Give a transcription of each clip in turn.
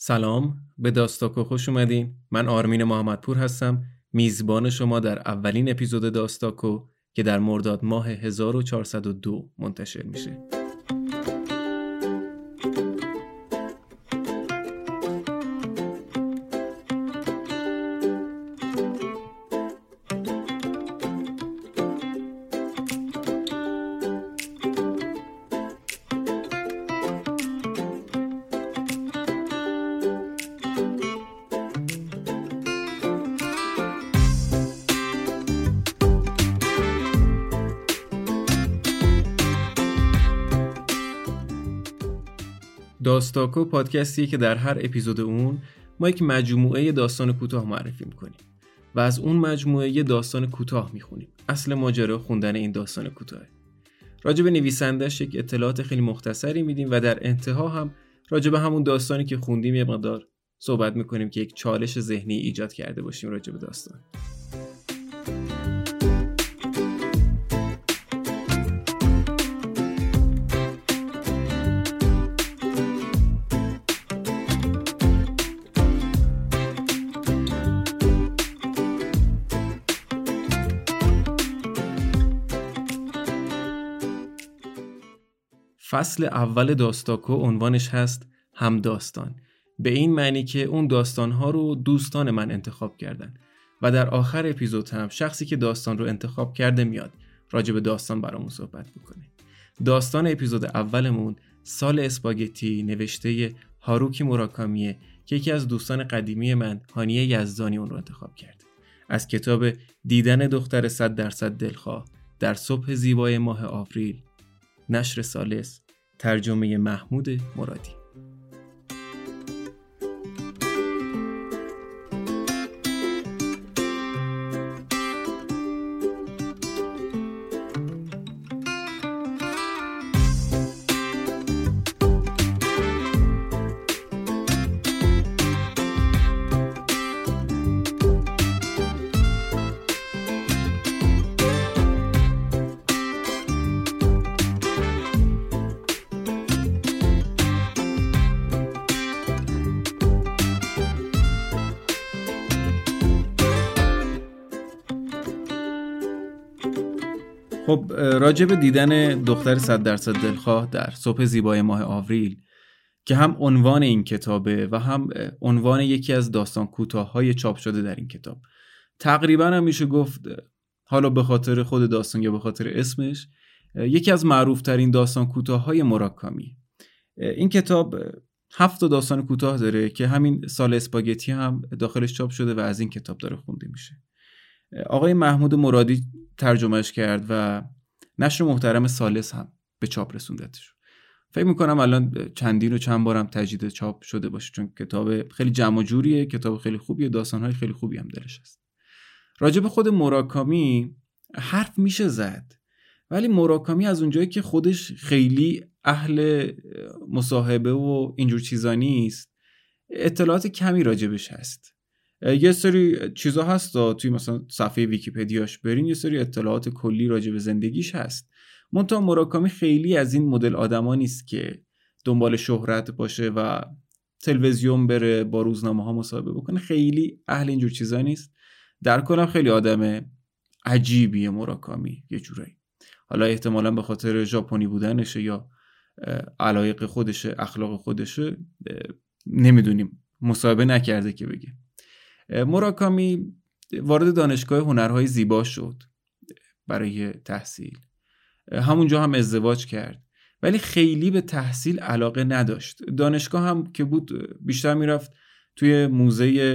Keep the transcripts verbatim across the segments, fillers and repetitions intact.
سلام، به داستاکو خوش اومدین. من آرمین محمدپور هستم، میزبان شما در اولین اپیزود داستاکو که در مرداد ماه هزار و چهارصد و دو منتشر میشه. داستاکو پادکستیه که در هر اپیزود اون ما یک مجموعه داستان کوتاه معرفی میکنیم و از اون مجموعه یه داستان کوتاه میخونیم. اصل ماجرا خوندن این داستان کوتاهه. راجع به نویسنده‌اش یک اطلاعات خیلی مختصری میدیم و در انتها هم راجع به همون داستانی که خوندیم یه مقدار صحبت میکنیم که یک چالش ذهنی ایجاد کرده باشیم راجع به داستان. فصل اول داستاکو عنوانش هست هم داستان، به این معنی که اون داستانها رو دوستان من انتخاب کردن و در آخر اپیزود هم شخصی که داستان رو انتخاب کرده میاد راجع به داستان برامون صحبت بکنه. داستان اپیزود اولمون سال اسپاگتی نوشته هاروکی موراکامیه که یکی از دوستان قدیمی من هانیه یزدانی اون رو انتخاب کرده. از کتاب دیدن دختر صد درصد دلخواه در صبح زیبای ماه آوریل، نشر ثالث، ترجمه محمود مرادی. خب راجع به دیدن دختر صد درصد دلخواه در صبح زیبای ماه آوریل که هم عنوان این کتابه و هم عنوان یکی از داستان کوتاه‌های چاپ شده در این کتاب، تقریبا هم میشه گفت حالا به خاطر خود داستان یا به خاطر اسمش یکی از معروف‌ترین داستان کوتاه‌های موراکامی. این کتاب هفت داستان کوتاه داره که همین سال اسپاگتی هم داخلش چاپ شده و از این کتاب داره خونده میشه. آقای محمود مرادی ترجمهش کرد و نشر محترم ثالث هم به چاپ رسوندتش. فکر میکنم الان چندین و چند بارم تجدید چاپ شده باشه چون کتاب خیلی جمع و جوریه، کتاب خیلی خوبیه، داستانهای خیلی خوبی هم درش هست. راجع به خود موراکامی حرف میشه زد، ولی موراکامی از اونجایی که خودش خیلی اهل مصاحبه و اینجور چیزا نیست، اطلاعات کمی راجبش هست. یه سری چیزا هست توی مثلا صفحه ویکی‌پدیاش برین، یه سری اطلاعات کلی راجع به زندگیش هست. منتها موراکامی خیلی از این مدل آدما نیست که دنبال شهرت باشه و تلویزیون بره با روزنامه‌ها مصاحبه بکنه، خیلی اهل اینجور چیزا نیست. در کل هم خیلی آدم عجیبیه موراکامی یه جورایی. حالا احتمالاً به خاطر ژاپنی بودنشه یا علایق خودشه، اخلاق خودشه، نمیدونیم، مصاحبه نکرده که بگه. موراکامی وارد دانشگاه هنرهای زیبا شد برای تحصیل. همونجا هم ازدواج کرد ولی خیلی به تحصیل علاقه نداشت. دانشگاه هم که بود بیشتر میرفت توی موزه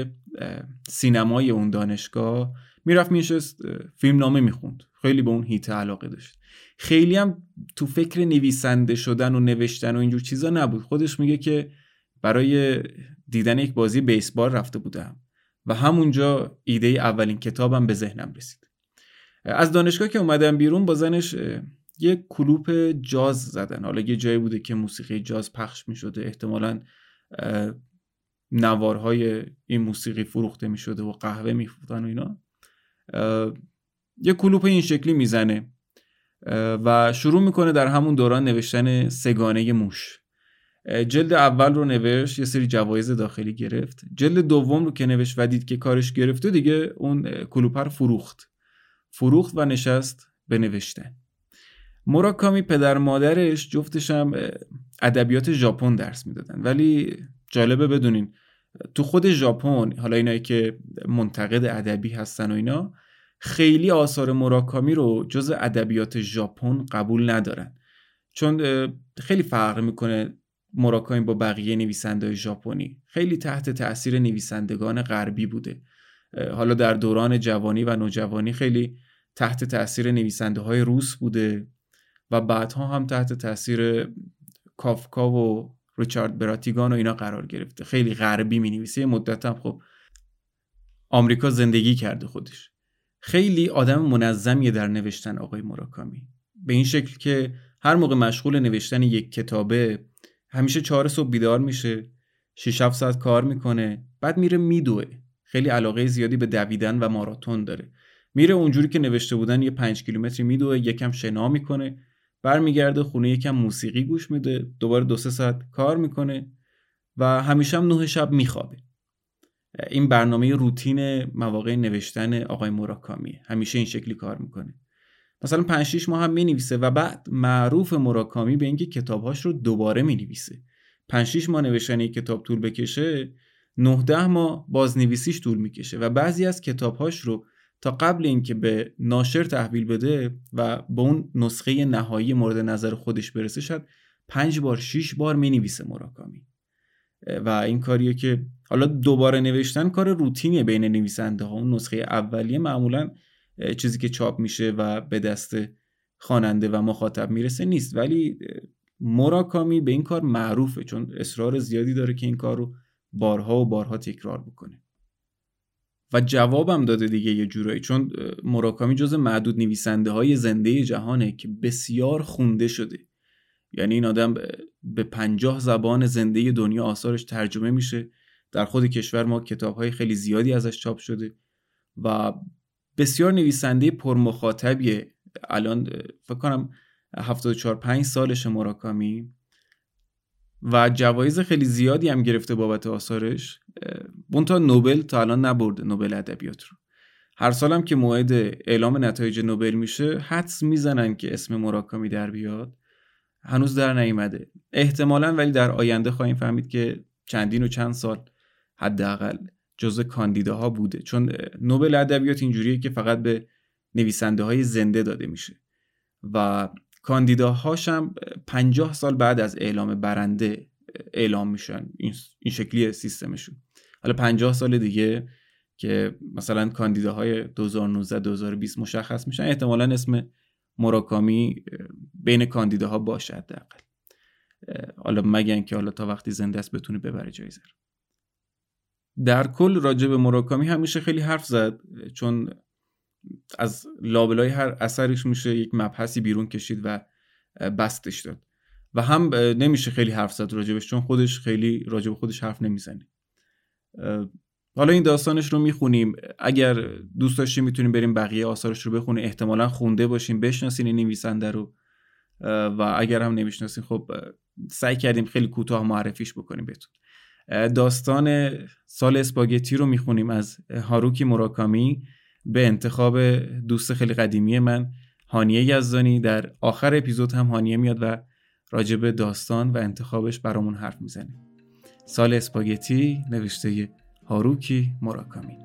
سینمای اون دانشگاه، میرفت میشست فیلم نامه میخوند. خیلی به اون هیته علاقه داشت. خیلی هم تو فکر نویسنده شدن و نوشتن و اینجور چیزا نبود. خودش میگه که برای دیدن یک بازی بیسبال رفته بودم و همونجا ایده اولین کتابم به ذهنم رسید. از دانشگاه که اومدم بیرون با زنش یه کلوپ جاز زدن. حالا یه جایی بوده که موسیقی جاز پخش می شده، احتمالاً نوارهای این موسیقی فروخته می شده و قهوه می فروختن و اینا. یه کلوپ این شکلی میزنه و شروع میکنه در همون دوران نوشتن سگانه موش. جلد اول رو نوشت، یه سری جوایز داخلی گرفت. جلد دوم رو که نوشت و دید که کارش گرفته دیگه، اون کلوپر فروخت فروخت و نشست به نوشتن. موراکامی پدر مادرش جفتش هم ادبیات ژاپن درس میدادن، ولی جالبه بدونین تو خود ژاپن، حالا اینایی که منتقد ادبی هستن و اینا، خیلی آثار موراکامی رو جز ادبیات ژاپن قبول ندارن، چون خیلی فرق میکنه موراکامی با بقیه نویسنده‌های ژاپنی. خیلی تحت تأثیر نویسندگان غربی بوده. حالا در دوران جوانی و نوجوانی خیلی تحت تأثیر نویسنده‌های روس بوده و بعدها هم تحت تأثیر کافکا و ریچارد براتیگان و اینا قرار گرفته. خیلی غربی می‌نویسه. مدت هم خب آمریکا زندگی کرده خودش. خیلی آدم منظمیه در نوشتن آقای موراکامی، به این شکل که هر موقع مشغول نوشتن یک کتابه همیشه چهار صبح بیدار میشه، شش هفت ساعت کار میکنه، بعد میره میدوه. خیلی علاقه زیادی به دویدن و ماراتون داره. میره اونجوری که نوشته بودن یه پنج کیلومتری میدوه، یکم شنا میکنه، برمیگرده خونه یکم موسیقی گوش میده، دوباره دو سه ساعت کار میکنه و همیشه هم نه شب میخوابه. این برنامه روتین مواقع نوشتن آقای موراکامی، همیشه این شکلی کار میکنه. مثلا پنج شش ماه هم مینویسه و بعد معروف موراکامی به اینکه کتابهاش رو دوباره مینویسه. پنج شش ماه نوشتن یک کتاب طول بکشه، نه ده ماه بازنویسیش طول میکشه و بعضی از کتابهاش رو تا قبل اینکه به ناشر تحویل بده و به اون نسخه نهایی مورد نظر خودش برسه، شاید پنج بار شش بار مینویسه موراکامی. و این کاریه که حالا دوباره نوشتن کار روتینیه بین نویسنده ها. اون نسخه اولیه معمولا چیزی که چاپ میشه و به دست خواننده و مخاطب میرسه نیست، ولی موراکامی به این کار معروفه چون اصرار زیادی داره که این کار رو بارها و بارها تکرار بکنه و جوابم داده دیگه یه جورایی، چون موراکامی جز معدود نویسنده های زنده جهانه که بسیار خونده شده. یعنی این آدم به پنجاه زبان زنده دنیا آثارش ترجمه میشه. در خود کشور ما کتاب‌های خیلی زیادی ازش چاپ شده و بسیار نویسنده پرمخاطبیه. الان فکر کنم هفتاد و چهار پنج سالش موراکامی و جوایز خیلی زیادی هم گرفته بابت آثارش. منتها نوبل تا الان نبرده، نوبل ادبیات رو. هر سالم که موعد اعلام نتایج نوبل میشه حدس میزنن که اسم موراکامی در بیاد. هنوز در نیامده احتمالاً، ولی در آینده خواهیم فهمید که چندین و چند سال حداقل جزو کاندیداها بوده، چون نوبل ادبیات اینجوریه که فقط به نویسنده های زنده داده میشه و کاندیداهاش هم پنجاه سال بعد از اعلام برنده اعلام میشن. این این شکلیه سیستمشون. حالا پنجاه سال دیگه که مثلا کاندیداهای دو هزار و نوزده دو هزار و بیست مشخص میشن، احتمالاً اسم موراکامی بین کاندیداها باشه حداقل. حالا مگن که حالا تا وقتی زنده است بتونه ببره جایزه رو. در کل راجع به موراکامی همیشه خیلی حرف زد، چون از لابلای هر اثرش میشه یک مبحثی بیرون کشید و بستش داد و هم نمیشه خیلی حرف زد راجبش، چون خودش خیلی راجب خودش حرف نمیزنه. حالا این داستانش رو میخونیم، اگر دوست داشتین میتونیم بریم بقیه آثارش رو بخونیم، احتمالاً خونده باشین، بشناسین این نویسنده رو و اگر هم نمیشناسین خب سعی کردیم خیلی کوتاه معرفیش بکنیم بهتون. داستان سال اسپاگتی رو میخونیم از هاروکی موراکامی به انتخاب دوست خیلی قدیمی من، هانیه یزدانی. در آخر اپیزود هم هانیه میاد و راجع به داستان و انتخابش برامون حرف میزنه. سال اسپاگتی نوشته هاروکی موراکامی.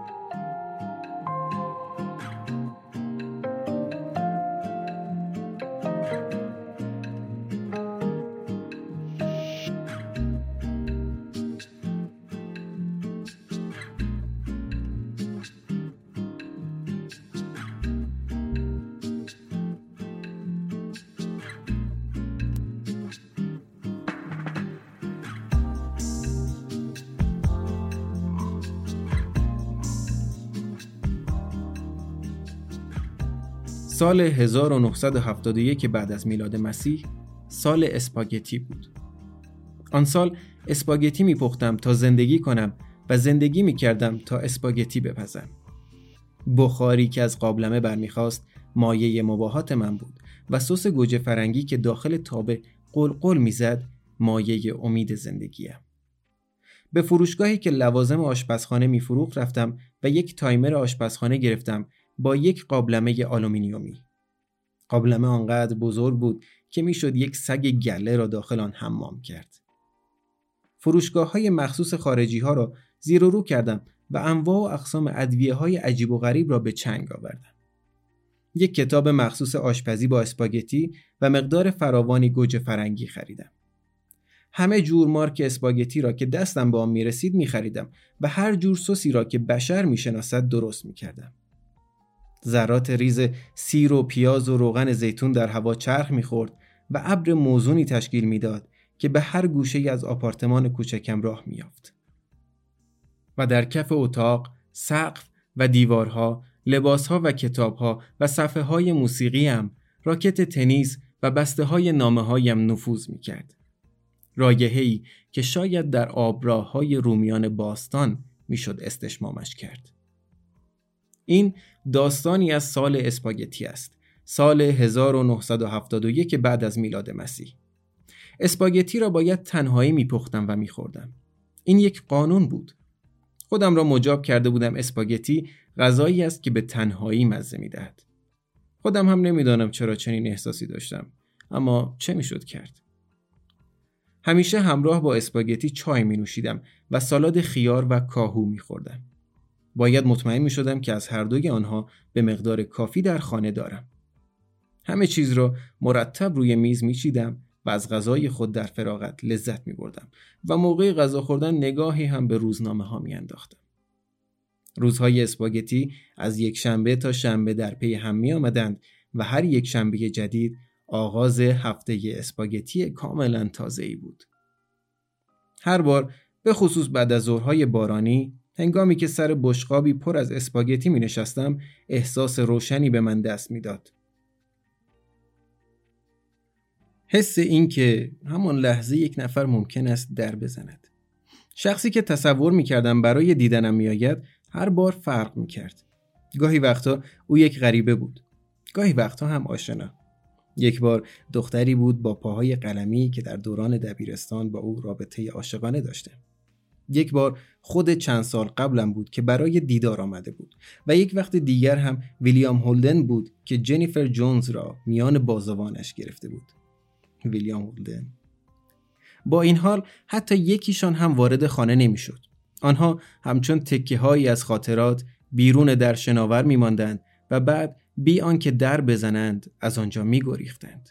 سال هزار و نهصد و هفتاد و یک بعد از میلاد مسیح سال اسپاگتی بود. آن سال اسپاگتی میپختم تا زندگی کنم و زندگی میکردم تا اسپاگتی بپزم. بخاری که از قابلمه برمیخواست مایه مباهات من بود و سس گوجه فرنگی که داخل تابه قلقل میزد مایه امید زندگیم. به فروشگاهی که لوازم آشپزخانه میفروخت رفتم و یک تایمر آشپزخانه گرفتم با یک قابلمه آلومینیومی. قابلمه آنقدر بزرگ بود که میشد یک سگ گله را داخل آن حمام کرد. فروشگاه‌های مخصوص خارجی‌ها را زیر و رو کردم و انواع و اقسام ادویه‌های عجیب و غریب را به چنگ آوردم. یک کتاب مخصوص آشپزی با اسپاگتی و مقدار فراوانی گوجه فرنگی خریدم. همه جور مارک اسپاگتی را که دستم به آن می‌رسید می‌خریدم و هر جور سسی را که بشر می‌شناسد درست می‌کردم. ذرات ریز سیر و پیاز و روغن زیتون در هوا چرخ می‌خورد و ابر موزونی تشکیل می‌داد که به هر گوشه‌ای از آپارتمان کوچکم راه می‌یافت. و در کف اتاق، سقف و دیوارها، لباسها و کتابها و صفحه‌های موسیقی هم، راکت تنیس و بسته‌های نامه‌هایم نفوذ می‌کرد. رایحه‌ای که شاید در آبراه‌های رومیان باستان میشد استشمامش کرد. این داستانی از سال اسپاگتی است، سال هزار و نهصد و هفتاد و یک بعد از میلاد مسیح. اسپاگتی را باید تنهایی میپختم و میخوردم. این یک قانون بود. خودم را مجاب کرده بودم اسپاگتی غذایی است که به تنهایی مزه میدهد. خودم هم نمیدانم چرا چنین احساسی داشتم، اما چه میشد کرد؟ همیشه همراه با اسپاگتی چای می نوشیدم و سالاد خیار و کاهو می خوردم. باید مطمئن می شدم که از هر دوی آنها به مقدار کافی در خانه دارم. همه چیز را مرتب روی میز می چیدم و از غذای خود در فراغت لذت می بردم و موقع غذا خوردن نگاهی هم به روزنامه ها می انداختم. روزهای اسپاگتی از یک شنبه تا شنبه در پی هم می آمدند و هر یک شنبه جدید آغاز هفته اسپاگتی کاملا تازه‌ای بود. هر بار به خصوص بعد از ظهرهای بارانی، هنگامی که سر بشقابی پر از اسپاگتی می نشستم، احساس روشنی به من دست می داد. حس این که همان لحظه یک نفر ممکن است در بزند. شخصی که تصور می کردم برای دیدنم می آید، هر بار فرق می کرد. گاهی وقتا او یک غریبه بود. گاهی وقتا هم آشنا. یک بار دختری بود با پاهای قلمی که در دوران دبیرستان با او رابطه عاشقانه داشته. یک بار خود چند سال قبلم بود که برای دیدار آمده بود و یک وقت دیگر هم ویلیام هولدن بود که جنیفر جونز را میان بازوانش گرفته بود. ویلیام هولدن. با این حال حتی یکیشان هم وارد خانه نمیشد. آنها همچون تکه هایی از خاطرات بیرون در شناور میماندند و بعد بی آنکه در بزنند از آنجا می گریختند.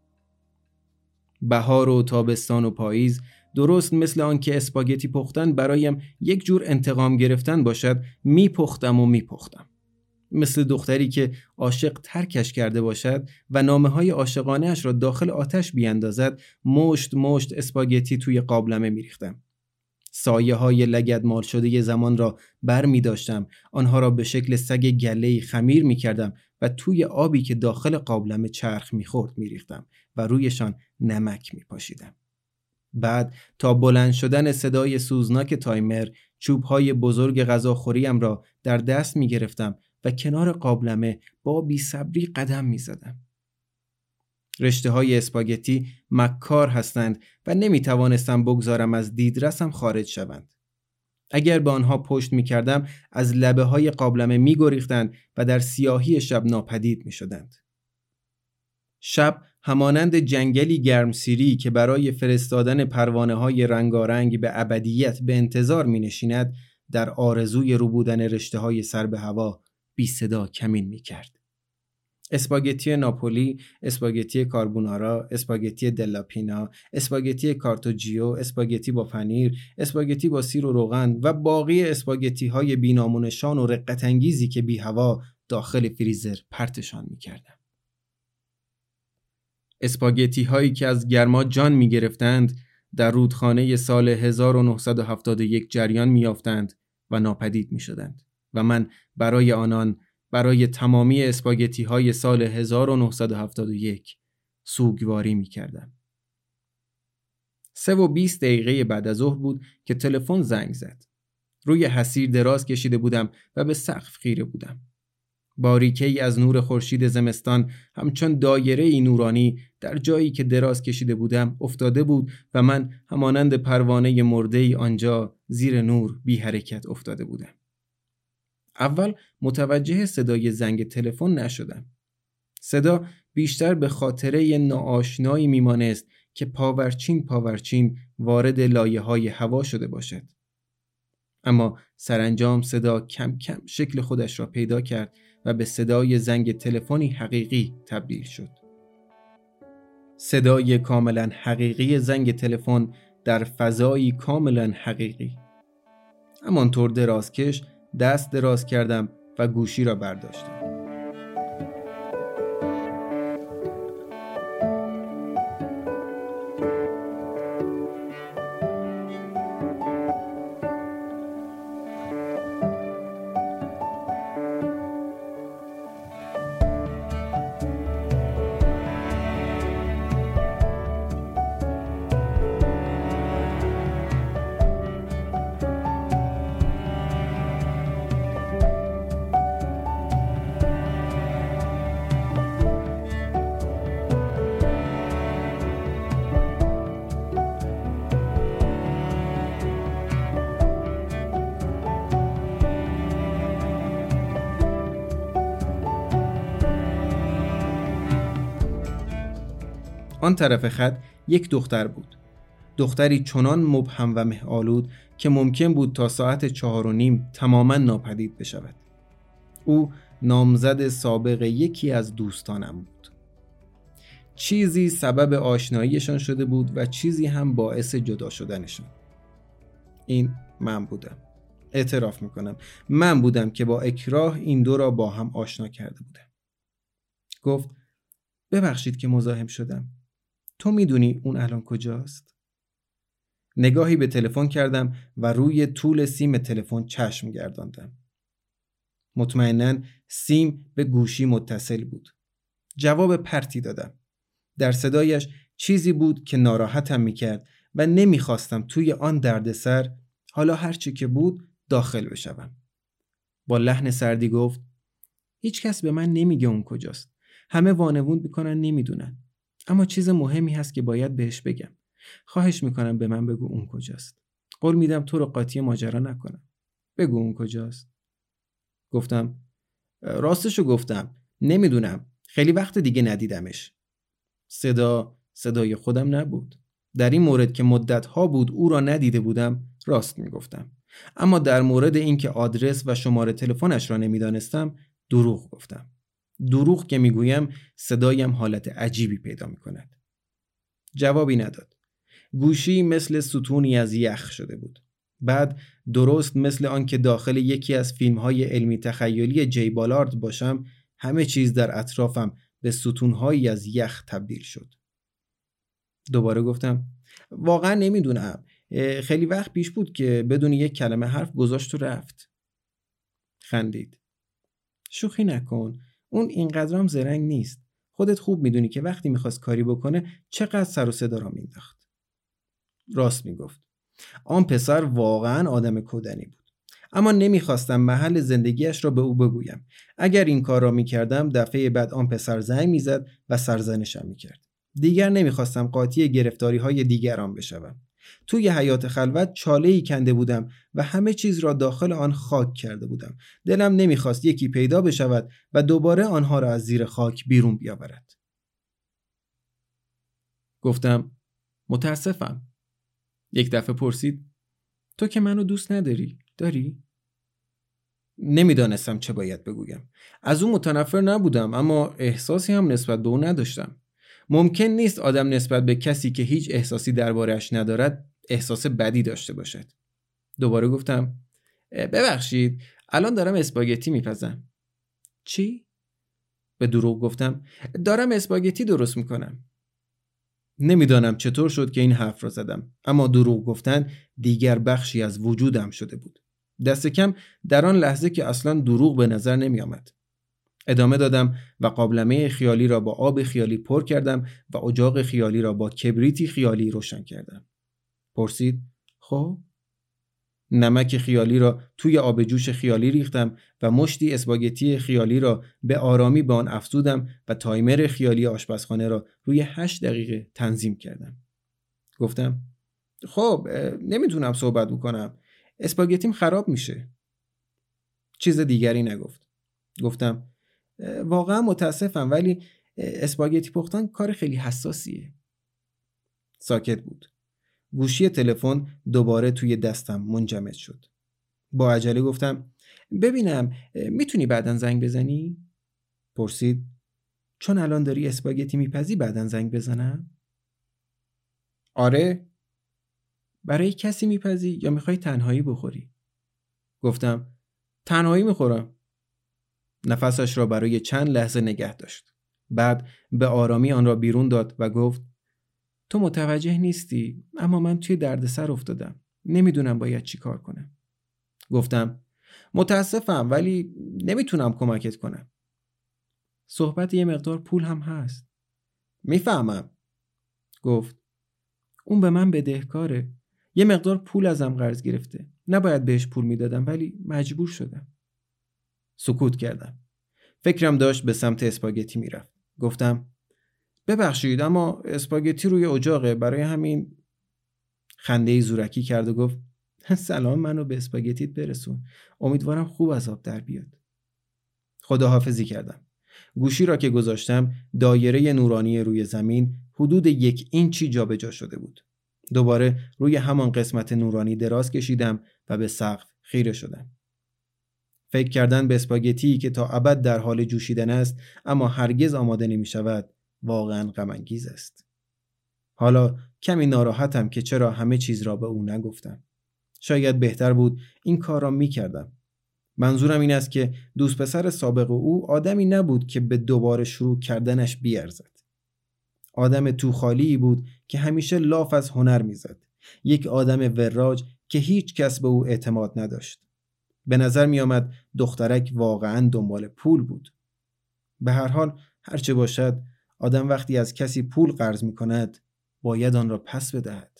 بهار و تابستان و پاییز درست مثل آنکه اسپاگتی پختن برایم یک جور انتقام گرفتن باشد، می پختم و می پختم. مثل دختری که عاشق ترکش کرده باشد و نامه های عاشقانه اش را داخل آتش بیاندازد، مشت مشت اسپاگتی توی قابلمه می ریختم. سایه های لگدمال شده زمان را بر می داشتم، آنها را به شکل سگ گله‌ای خمیر می کردم و توی آبی که داخل قابلمه چرخ می خورد می ریختم و رویشان نمک می پاشیدم. بعد تا بلند شدن صدای سوزناک تایمر، چوب‌های بزرگ غذاخوریم را در دست می گرفتم و کنار قابلمه با بی‌صبری قدم می زدم. رشته های اسپاگتی مکار هستند و نمی توانستم بگذارم از دیدرسم خارج شوند. اگر به آنها پشت می کردم از لبه های قابلمه می گریختند و در سیاهی شب ناپدید می شدند. شب همانند جنگلی گرمسیری که برای فرستادن پروانه های رنگارنگ به ابدیت به انتظار می نشیند، در آرزوی رو بودن رشته های سر به هوا بی صدا کمین می کرد. اسپاگتی ناپولی، اسپاگتی کاربونارا، اسپاگتی دلاپینا، اسپاگتی کارتوجیو، اسپاگتی با پنیر، اسپاگتی با سیر و روغن و باقی اسپاگتی های بی‌نامونشان و رقت انگیزی که بی هوا داخل فریزر پرتشان می کردم. اسپاگتی هایی که از گرما جان می گرفتند در رودخانه سال هزار و نهصد و هفتاد و یک جریان می یافتند و ناپدید می شدند و من برای آنان، برای تمامی اسپاگتی های سال هزار و نهصد و هفتاد و یک سوگواری می کردم. سه و بیست دقیقه بعد از ظهر بود که تلفن زنگ زد. روی حصیر دراز کشیده بودم و به سقف خیره بودم. باریکه‌ای از نور خورشید زمستان همچون دایره‌ای نورانی در جایی که دراز کشیده بودم افتاده بود و من همانند پروانه مرده‌ای آنجا زیر نور بی حرکت افتاده بودم. اول متوجه صدای زنگ تلفن نشدم. صدا بیشتر به خاطره ناآشنایی میمانست که پاورچین پاورچین وارد لایه‌های هوا شده باشد. اما سرانجام صدا کم کم شکل خودش را پیدا کرد و به صدای زنگ تلفنی حقیقی تبدیل شد. صدای کاملا حقیقی زنگ تلفن در فضایی کاملا حقیقی. همانطور درازکش دست دراز کردم و گوشی را برداشتم. آن طرف خط یک دختر بود. دختری چنان مبهم و مه‌آلود که ممکن بود تا ساعت چهار و نیم تماما ناپدید بشود. او نامزد سابق یکی از دوستانم بود. چیزی سبب آشناییشان شده بود و چیزی هم باعث جدا شدنشان. این من بودم. اعتراف میکنم. من بودم که با اکراه این دو را با هم آشنا کرده بودم. گفت ببخشید که مزاحم شدم. تو میدونی اون الان کجاست؟ نگاهی به تلفن کردم و روی طول سیم تلفن چشم گرداندم. مطمئناً سیم به گوشی متصل بود. جواب پرتی دادم. در صدایش چیزی بود که ناراحتم میکرد و نمیخواستم توی آن دردسر، حالا هرچی که بود، داخل بشوم. با لحن سردی گفت هیچ کس به من نمیگه اون کجاست. همه وانمود میکنن نمیدونن. اما چیز مهمی هست که باید بهش بگم. خواهش میکنم به من بگو اون کجاست. قول میدم تو رو قاطی ماجرا نکنم. بگو اون کجاست. گفتم راستشو گفتم نمیدونم. خیلی وقت دیگه ندیدمش. صدا صدای خودم نبود. در این مورد که مدت‌ها بود او را ندیده بودم راست میگفتم. اما در مورد اینکه آدرس و شماره تلفنش را نمیدانستم دروغ گفتم. دروغ که میگویم صدایم حالت عجیبی پیدا میکند. جوابی نداد. گوشی مثل ستونی از یخ شده بود. بعد درست مثل آن که داخل یکی از فیلم‌های علمی تخیلی جی بالارد باشم، همه چیز در اطرافم به ستون‌هایی از یخ تبدیل شد. دوباره گفتم واقعا نمیدونم. خیلی وقت پیش بود که بدون یک کلمه حرف گذاشت و رفت. خندید. شوخی نکن. اون اینقدرام زرنگ نیست. خودت خوب میدونی که وقتی میخواست کاری بکنه چقدر سر و صدا را مینداخت. راست میگفت. آن پسر واقعا آدم کودنی بود. اما نمیخواستم محل زندگیش را به او بگویم. اگر این کار را میکردم دفعه بعد آن پسر زنگ میزد و سرزنشم میکرد. دیگر نمیخواستم قاطی گرفتاری های دیگران بشوم. توی حیات خلوت چاله‌ای کنده بودم و همه چیز را داخل آن خاک کرده بودم. دلم نمیخواست یکی پیدا بشود و دوباره آنها را از زیر خاک بیرون بیاورد. گفتم متاسفم. یک دفعه پرسید تو که منو دوست نداری؟ داری؟ نمیدانستم چه باید بگویم. از او متنفر نبودم اما احساسی هم نسبت به او نداشتم. ممکن نیست آدم نسبت به کسی که هیچ احساسی درباره‌اش ندارد احساس بدی داشته باشد. دوباره گفتم ببخشید الان دارم اسپاگتی میپزم. چی؟ به دروغ گفتم دارم اسپاگتی درست میکنم. نمیدانم چطور شد که این حرف را زدم، اما دروغ گفتن دیگر بخشی از وجودم شده بود. دست کم در آن لحظه که اصلا دروغ به نظر نمی آمد. ادامه دادم و قابلمه خیالی را با آب خیالی پر کردم و اجاق خیالی را با کبریتی خیالی روشن کردم. پرسید خب؟ نمک خیالی را توی آب جوش خیالی ریختم و مشتی اسپاگتی خیالی را به آرامی به آن افزودم و تایمر خیالی آشپزخانه را روی هشت دقیقه تنظیم کردم. گفتم خب نمیتونم صحبت بکنم، اسپاگتیم خراب میشه. چیز دیگری نگفت. گفتم واقعا متاسفم ولی اسپاگتی پختن کار خیلی حساسیه. ساکت بود. گوشی تلفن دوباره توی دستم منجمد شد. با عجله گفتم ببینم میتونی بعداً زنگ بزنی؟ پرسید چون الان داری اسپاگتی میپزی بعداً زنگ بزنم؟ آره. برای کسی میپزی یا میخوای تنهایی بخوری؟ گفتم تنهایی میخورم. نفسش را برای چند لحظه نگه داشت. بعد به آرامی آن را بیرون داد و گفت تو متوجه نیستی، اما من توی دردسر افتادم. نمیدونم باید چی کار کنم. گفتم متاسفم ولی نمیتونم کمکت کنم. صحبت یه مقدار پول هم هست. میفهمم. گفت اون به من بدهکاره. یه مقدار پول ازم قرض گرفته. نباید بهش پول میدادم ولی مجبور شدم. سکوت کردم. فکرم داشت به سمت اسپاگتی میرفت. گفتم ببخشید اما اسپاگتی روی اجاقه، برای همین. خنده زورکی کرد و گفت سلام منو به اسپاگتیت برسون. امیدوارم خوب از آب در بیاد. خداحافظی کردم. گوشی را که گذاشتم دایره نورانی روی زمین حدود یک اینچی جابجا شده بود. دوباره روی همان قسمت نورانی دراز کشیدم و به سقف خیره شدم. فکر کردن به اسپاگتی که تا ابد در حال جوشیدن است اما هرگز آماده نمی شود واقعا غم انگیز است. حالا کمی ناراحتم که چرا همه چیز را به او نگفتم. شاید بهتر بود این کار را می کردم. منظورم این است که دوست پسر سابق او آدمی نبود که به دوباره شروع کردنش بیارزد. آدم توخالی بود که همیشه لاف از هنر میزد. یک آدم وراج که هیچ کس به او اعتماد نداشت. به نظر می آمد دخترک واقعاً دنبال پول بود. به هر حال هرچه باشد آدم وقتی از کسی پول قرض می کند باید آن را پس بدهد.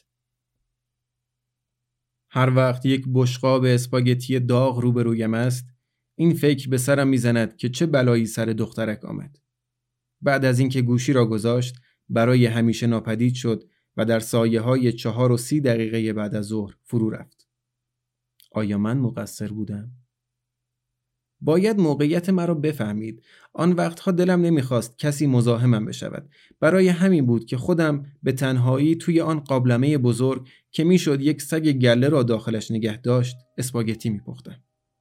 هر وقت یک بشقاب اسپاگتی داغ روبرویم است این فکر به سرم میزند که چه بلایی سر دخترک آمد. بعد از اینکه گوشی را گذاشت برای همیشه ناپدید شد و در سایه های چهار و سی دقیقه بعد از ظهر فرو رفت. آیا من مقصر بودم؟ باید موقعیت مرا بفهمید. آن وقتها دلم نمیخواست کسی مزاحمم بشود. برای همین بود که خودم به تنهایی توی آن قابلمه بزرگ که میشد یک سگ گله را داخلش نگه داشت اسپاگتی میپختم.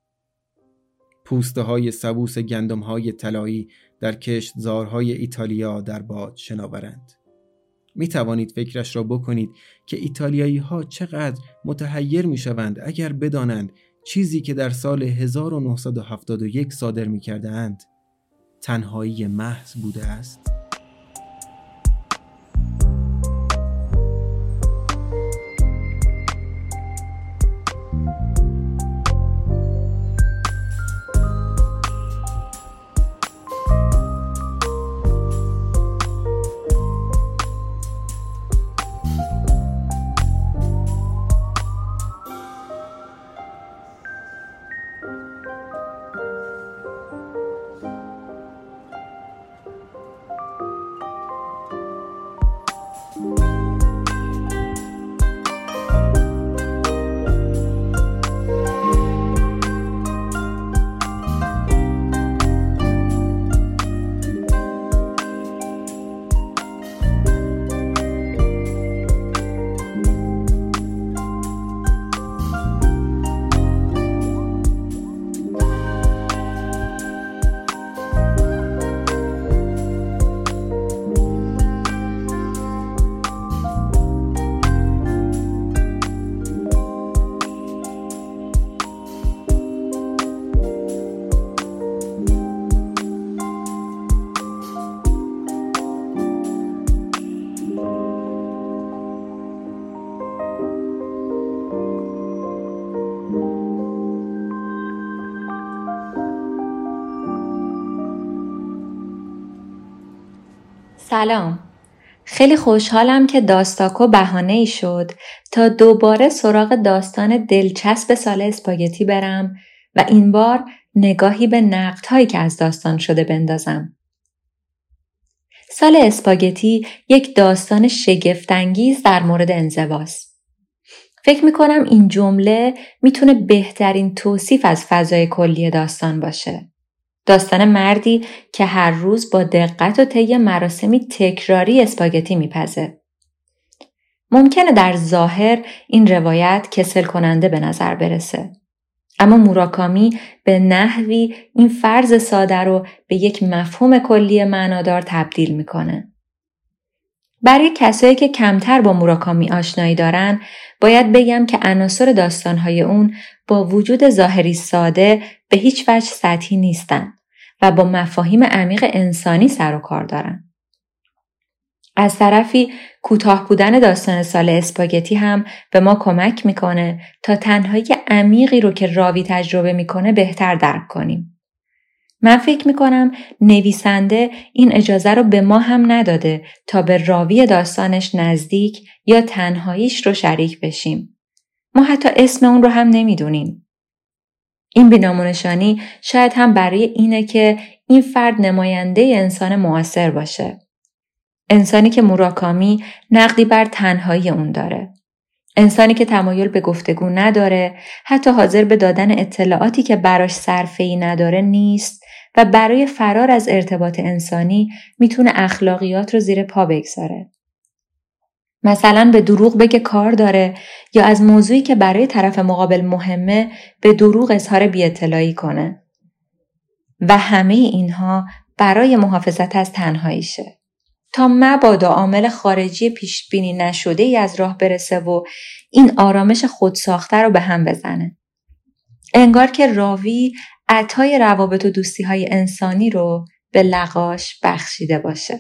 پوسته های سبوس گندم های طلایی در کشتزارهای ایتالیا در باد شناورند. می توانید فکرش را بکنید که ایتالیایی ها چقدر متحیر می شوند اگر بدانند چیزی که در سال هزار و نهصد و هفتاد و یک صادر می کرده اند تنهایی محض بوده است. سلام. خیلی خوشحالم که داستاکو بهانه‌ای شد تا دوباره سراغ داستان دلچسب سال اسپاگتی برم و این بار نگاهی به نقدهایی که از داستان شده بندازم. سال اسپاگتی یک داستان شگفت‌انگیز در مورد انزواست. فکر میکنم این جمله میتونه بهترین توصیف از فضای کلی داستان باشه. داستان مردی که هر روز با دقت و طی مراسمی تکراری اسپاگتی میپزه. ممکنه در ظاهر این روایت کسل کننده به نظر برسه. اما موراکامی به نحوی این فرض ساده رو به یک مفهوم کلی معنادار تبدیل میکنه. برای کسایی که کمتر با موراکامی آشنایی دارن، باید بگم که عناصر داستانهای اون با وجود ظاهری ساده به هیچ وجه سطحی نیستن و با مفاهیم عمیق انسانی سر و کار دارن. از طرفی کوتاه بودن داستان سال اسپاگتی هم به ما کمک میکنه تا تنهایی عمیقی رو که راوی تجربه میکنه بهتر درک کنیم. من فکر میکنم نویسنده این اجازه رو به ما هم نداده تا به راوی داستانش نزدیک یا تنهاییش رو شریک بشیم. ما حتی اسم اون رو هم نمیدونیم. این بی‌نام-و-نشانی شاید هم برای اینه که این فرد نماینده انسان معاصر باشه. انسانی که موراکامی نقدی بر تنهایی اون داره. انسانی که تمایل به گفتگو نداره، حتی حاضر به دادن اطلاعاتی که براش صرفه‌ای نداره نیست و برای فرار از ارتباط انسانی میتونه اخلاقیات رو زیر پا بگذاره. مثلا به دروغ بگه کار داره یا از موضوعی که برای طرف مقابل مهمه به دروغ اظهار بی‌اطلاعی کنه. و همه اینها برای محافظت از تنهاییشه. تا مبادا عامل خارجی پیش بینی نشده ای از راه برسه و این آرامش خودساخته رو به هم بزنه. انگار که راوی عطای روابط و دوستی های انسانی رو به لقاش بخشیده باشه.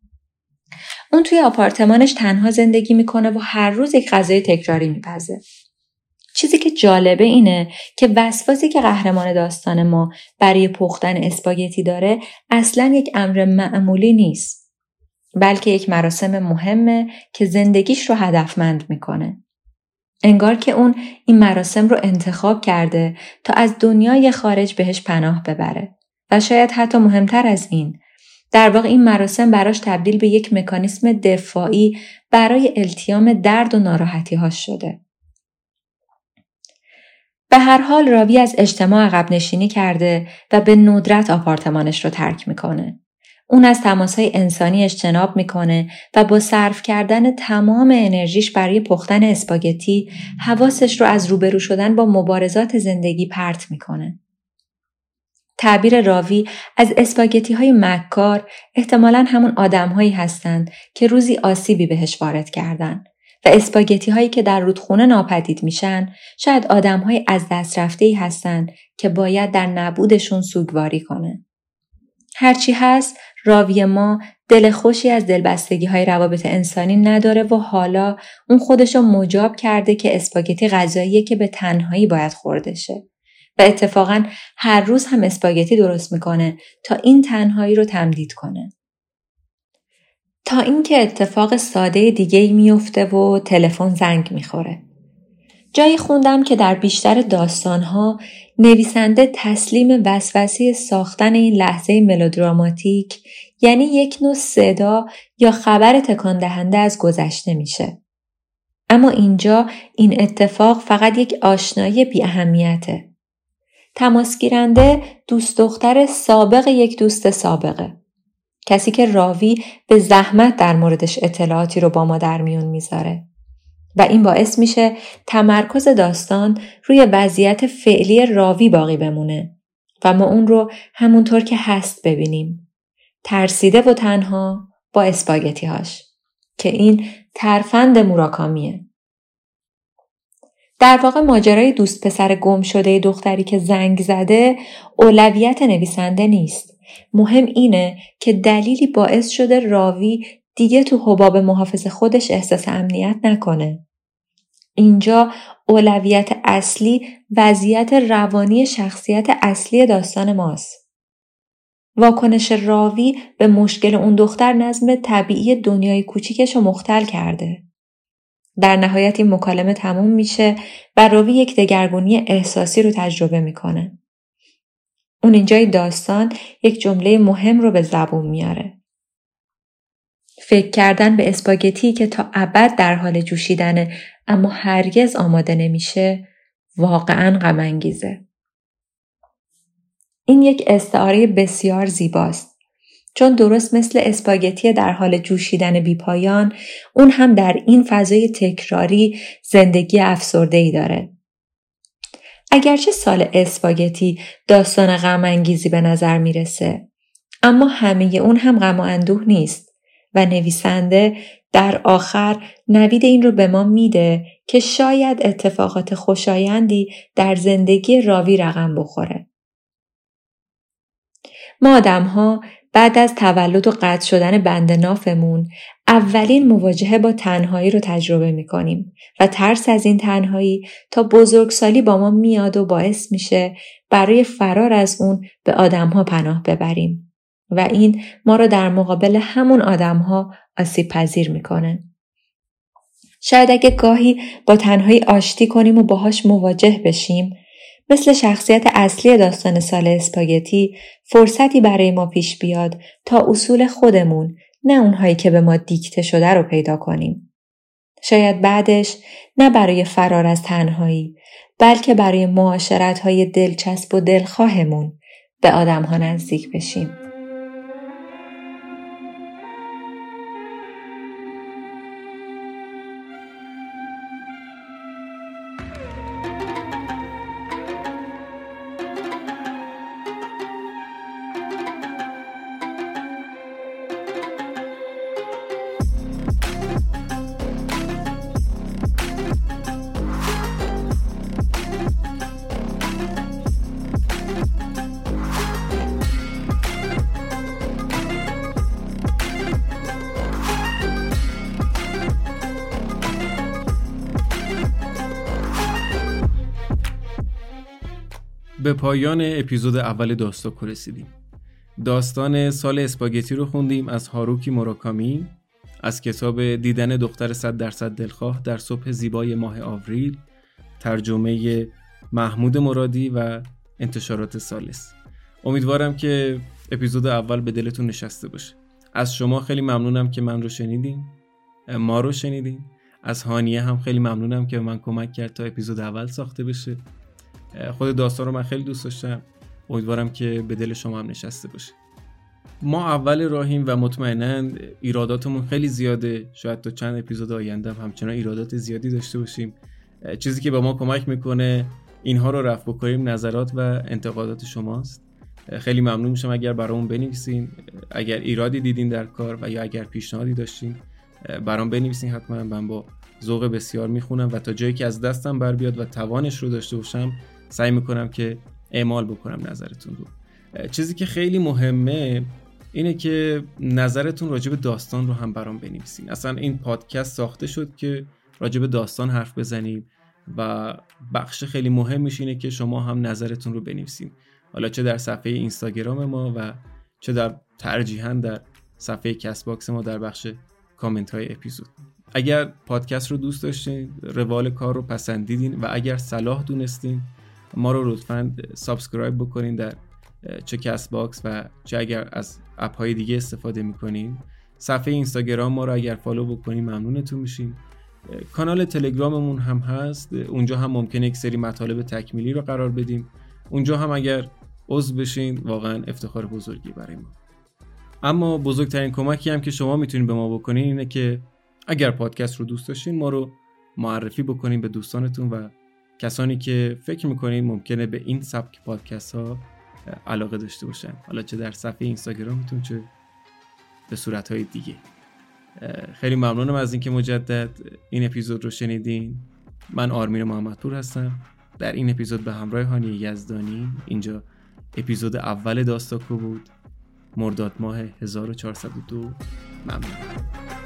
اون توی آپارتمانش تنها زندگی میکنه و هر روز یک غذای تکراری میپزه. چیزی که جالبه اینه که وسواسی که قهرمان داستان ما برای پختن اسپاگتی داره اصلاً یک امر معمولی نیست. بلکه یک مراسم مهمه که زندگیش رو هدفمند میکنه. انگار که اون این مراسم رو انتخاب کرده تا از دنیای خارج بهش پناه ببره. و شاید حتی مهمتر از این، در واقع این مراسم براش تبدیل به یک مکانیسم دفاعی برای التیام درد و ناراحتی ها شده. به هر حال راوی از اجتماع عقب نشینی کرده و به ندرت آپارتمانش رو ترک میکنه. اون از تماس‌های انسانی اجتناب میکنه و با صرف کردن تمام انرژیش برای پختن اسپاگتی حواسش رو از روبرو شدن با مبارزات زندگی پرت میکنه. تعبیر راوی از اسپاگتی‌های مکار احتمالاً همون آدم‌هایی هستند که روزی آسیبی بهش وارد کردن و اسپاگتی‌هایی که در رودخونه ناپدید میشن شاید آدم‌های از دست رفته‌ای هستند که باید در نبودشون سوگواری کنه. هرچی هست، راوی ما دل خوشی از دلبستگی‌های روابط انسانی نداره و حالا اون خودشو مجاب کرده که اسپاگتی غذاییه که به تنهایی باید خورده شه و اتفاقاً هر روز هم اسپاگتی درست میکنه تا این تنهایی رو تمدید کنه. تا اینکه اتفاق ساده دیگه‌ای میفته و تلفن زنگ میخوره. جایی خوندم که در بیشتر داستان‌ها نویسنده تسلیم وسوسه ساختن این لحظه ملودراماتیک، یعنی یک نوع صدا یا خبر تکان دهنده از گذشته میشه. اما اینجا این اتفاق فقط یک آشنایی بی اهمیته. تماسگیرنده دوست دختر سابق یک دوست سابقه. کسی که راوی به زحمت در موردش اطلاعاتی رو با ما در میون میذاره. و این باعث میشه تمرکز داستان روی وضعیت فعلی راوی باقی بمونه و ما اون رو همونطور که هست ببینیم. ترسیده و تنها با اسپاگتی هاش که این ترفند موراکامیه. در واقع ماجرای دوست پسر گم شده دختری که زنگ زده اولویت نویسنده نیست. مهم اینه که دلیلی باعث شده راوی دیگه تو حباب محافظ خودش احساس امنیت نکنه. اینجا اولویت اصلی وضعیت روانی شخصیت اصلی داستان ماست. واکنش راوی به مشکل اون دختر نظم طبیعی دنیای کوچیکش رو مختل کرده. در نهایت این مکالمه تموم میشه و راوی یک دگرگونی احساسی رو تجربه میکنه. اون اینجای داستان یک جمله مهم رو به زبون میاره. فکر کردن به اسپاگتی که تا ابد در حال جوشیدنه اما هرگز آماده نمیشه واقعاً غم انگیزه. این یک استعاره بسیار زیباست. چون درست مثل اسپاگتی در حال جوشیدن بیپایان، اون هم در این فضای تکراری زندگی افسرده‌ای داره. اگرچه سال اسپاگتی داستان غم انگیزی به نظر میرسه، اما همه اون هم غم و اندوه نیست و نویسنده در آخر نوید این رو به ما میده که شاید اتفاقات خوشایندی در زندگی راوی رقم بخوره. ما آدم‌ها بعد از تولد و قطع شدن بند نافمون اولین مواجهه با تنهایی رو تجربه می‌کنیم و ترس از این تنهایی تا بزرگسالی با ما میاد و باعث میشه برای فرار از اون به آدم‌ها پناه ببریم و این ما رو در مقابل همون آدم‌ها آسیب پذیر می‌کنه. شاید اگه گاهی با تنهایی آشتی کنیم و باهاش مواجه بشیم، مثل شخصیت اصلی داستان سال اسپاگتی فرصتی برای ما پیش بیاد تا اصول خودمون، نه اونهایی که به ما دیکته شده رو پیدا کنیم. شاید بعدش نه برای فرار از تنهایی، بلکه برای معاشرت‌های دلچسب و دلخواهمون به آدم‌ها نزدیک بشیم. به پایان اپیزود اول داستاکو رسیدیم. داستان سال اسپاگتی رو خوندیم از هاروکی موراکامی از کتاب دیدن دختر صد درصد دلخواه در صبح زیبای ماه آوریل، ترجمه محمود مرادی و انتشارات سالس. امیدوارم که اپیزود اول به دلتون نشسته باشه. از شما خیلی ممنونم که من رو شنیدین، ما رو شنیدین. از هانیه هم خیلی ممنونم که من کمک کرد تا اپیزود اول ساخته بشه. خود داستان رو من خیلی دوست داشتم. امیدوارم که به دل شما هم نشسته باشه. ما اول راهیم و مطمئناً ایراداتمون خیلی زیاده. شاید تا چند اپیزود آینده هم همچنان ایرادات زیادی داشته باشیم. چیزی که به ما کمک میکنه اینها رو رفع بکنیم نظرات و انتقادات شماست. خیلی ممنون میشم اگر برامون بنویسین. اگر ایرادی دیدین در کار و یا اگر پیشنهادی داشتین برام بنویسین. حتما من با ذوق بسیار میخونم و تا جایی که از دستم بر بیاد و توانش رو داشته باشم سعی میکنم که اعمال بکنم نظرتون رو. چیزی که خیلی مهمه اینه که نظرتون راجع به داستان رو هم برام بنویسین. اصلا این پادکست ساخته شد که راجع به داستان حرف بزنیم و بخش خیلی مهمش اینه که شما هم نظرتون رو بنویسین. حالا چه در صفحه اینستاگرام ما و چه در ترجیحاً در صفحه کست باکس ما در بخش کامنت های اپیزود. اگر پادکست رو دوست داشتین، روال کار رو پسندیدین و اگر صلاح دونستین ما رو لطفاً سابسکرایب بکنین در چه کست باکس و چه اگر از اپ های دیگه استفاده میکنین. صفحه اینستاگرام ما رو اگر فالو بکنین ممنونتون میشیم. کانال تلگراممون هم هست، اونجا هم ممکنه یک سری مطالب تکمیلی رو قرار بدیم. اونجا هم اگر عضو بشین واقعا افتخار بزرگی برای ما. اما بزرگترین کمکی هم که شما میتونین به ما بکنین اینه که اگر پادکست رو دوست داشتین ما رو معرفی بکنین به دوستانتون و کسانی که فکر میکنین ممکنه به این سبک پادکست ها علاقه داشته باشن، حالا چه در صفحه اینستاگرامتون چه به صورتهای دیگه. خیلی ممنونم از اینکه مجدد این اپیزود رو شنیدین. من آرمین محمدپور هستم در این اپیزود به همراه هانیه یزدانی. اینجا اپیزود اول داستاکو بود، مرداد ماه هزار و چهارصد و دو. ممنون.